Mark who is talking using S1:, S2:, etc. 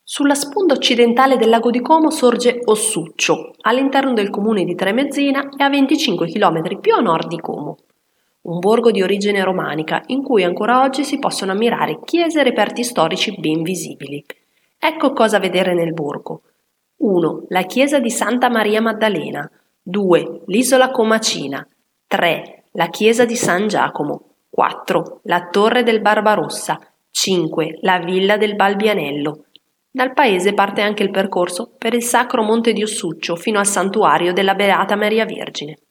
S1: Sulla sponda occidentale del lago di Como sorge Ossuccio, all'interno del comune di Tremezzina e a 25 km più a nord di Como. Un borgo di origine romanica in cui ancora oggi si possono ammirare chiese e reperti storici ben visibili. Ecco cosa vedere nel borgo. 1. La chiesa di Santa Maria Maddalena. 2. L'isola Comacina. 3. La chiesa di San Giacomo. 4. La torre del Barbarossa. 5. La villa del Balbianello. Dal paese parte anche il percorso per il Sacro Monte di Ossuccio fino al santuario della Beata Maria Vergine.